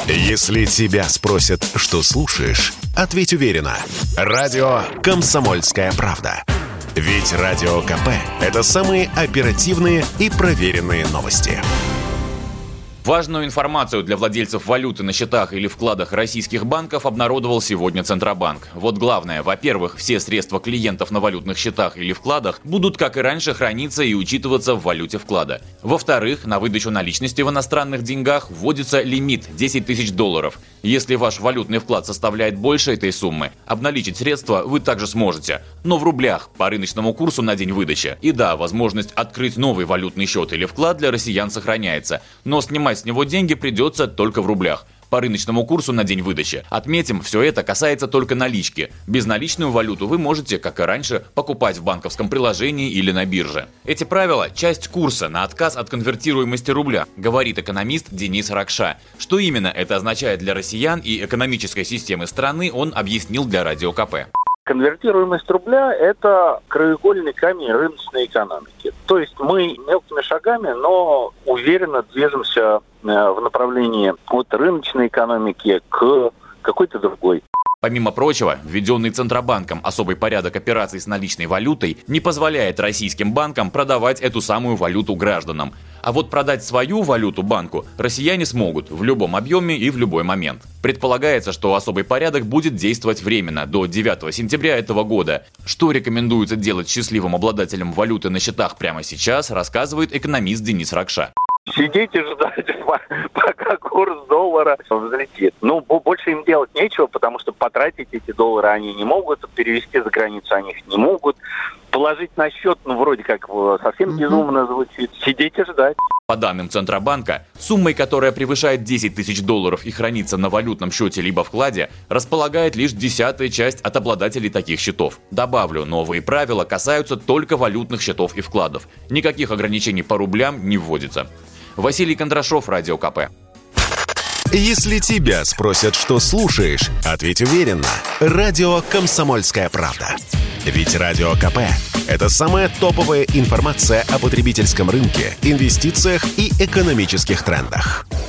Если тебя спросят, что слушаешь, ответь уверенно. Радио «Комсомольская правда». Ведь Радио КП – это самые оперативные и проверенные новости. Важную информацию для владельцев валюты на счетах или вкладах российских банков обнародовал сегодня Центробанк. Вот главное, во-первых, все средства клиентов на валютных счетах или вкладах будут, как и раньше, храниться и учитываться в валюте вклада. Во-вторых, на выдачу наличности в иностранных деньгах вводится лимит $10 тысяч. Если ваш валютный вклад составляет больше этой суммы, обналичить средства вы также сможете, но в рублях по рыночному курсу на день выдачи. И да, возможность открыть новый валютный счет или вклад для россиян сохраняется, но снимать с него деньги придется только в рублях по рыночному курсу на день выдачи. Отметим, все это касается только налички. Безналичную валюту вы можете, как и раньше, покупать в банковском приложении или на бирже. Эти правила – часть курса на отказ от конвертируемости рубля, говорит экономист Денис Ракша. Что именно это означает для россиян и экономической системы страны, он объяснил для Радио КП. Конвертируемость рубля – это краеугольный камень рыночной экономики. То есть мы мелкими шагами, но уверенно движемся в направлении от рыночной экономики к какой-то другой. Помимо прочего, введенный Центробанком особый порядок операций с наличной валютой не позволяет российским банкам продавать эту самую валюту гражданам. А вот продать свою валюту банку россияне смогут в любом объеме и в любой момент. Предполагается, что особый порядок будет действовать временно, до 9 сентября этого года. Что рекомендуется делать счастливым обладателям валюты на счетах прямо сейчас, рассказывает экономист Денис Ракша. Сидеть и ждать, пока курс доллара взлетит. Больше им делать нечего, потому что потратить эти доллары они не могут, перевести за границу они их не могут. Положить на счет, вроде как совсем безумно звучит. Сидеть и ждать. По данным Центробанка, суммой, которая превышает $10 тысяч и хранится на валютном счете либо вкладе, располагает лишь 10-я часть от обладателей таких счетов. Добавлю, новые правила касаются только валютных счетов и вкладов. Никаких ограничений по рублям не вводится. Василий Кондрашов, Радио КП. Если тебя спросят, что слушаешь, ответь уверенно. Радио «Комсомольская правда». Ведь Радио КП – это самая топовая информация о потребительском рынке, инвестициях и экономических трендах.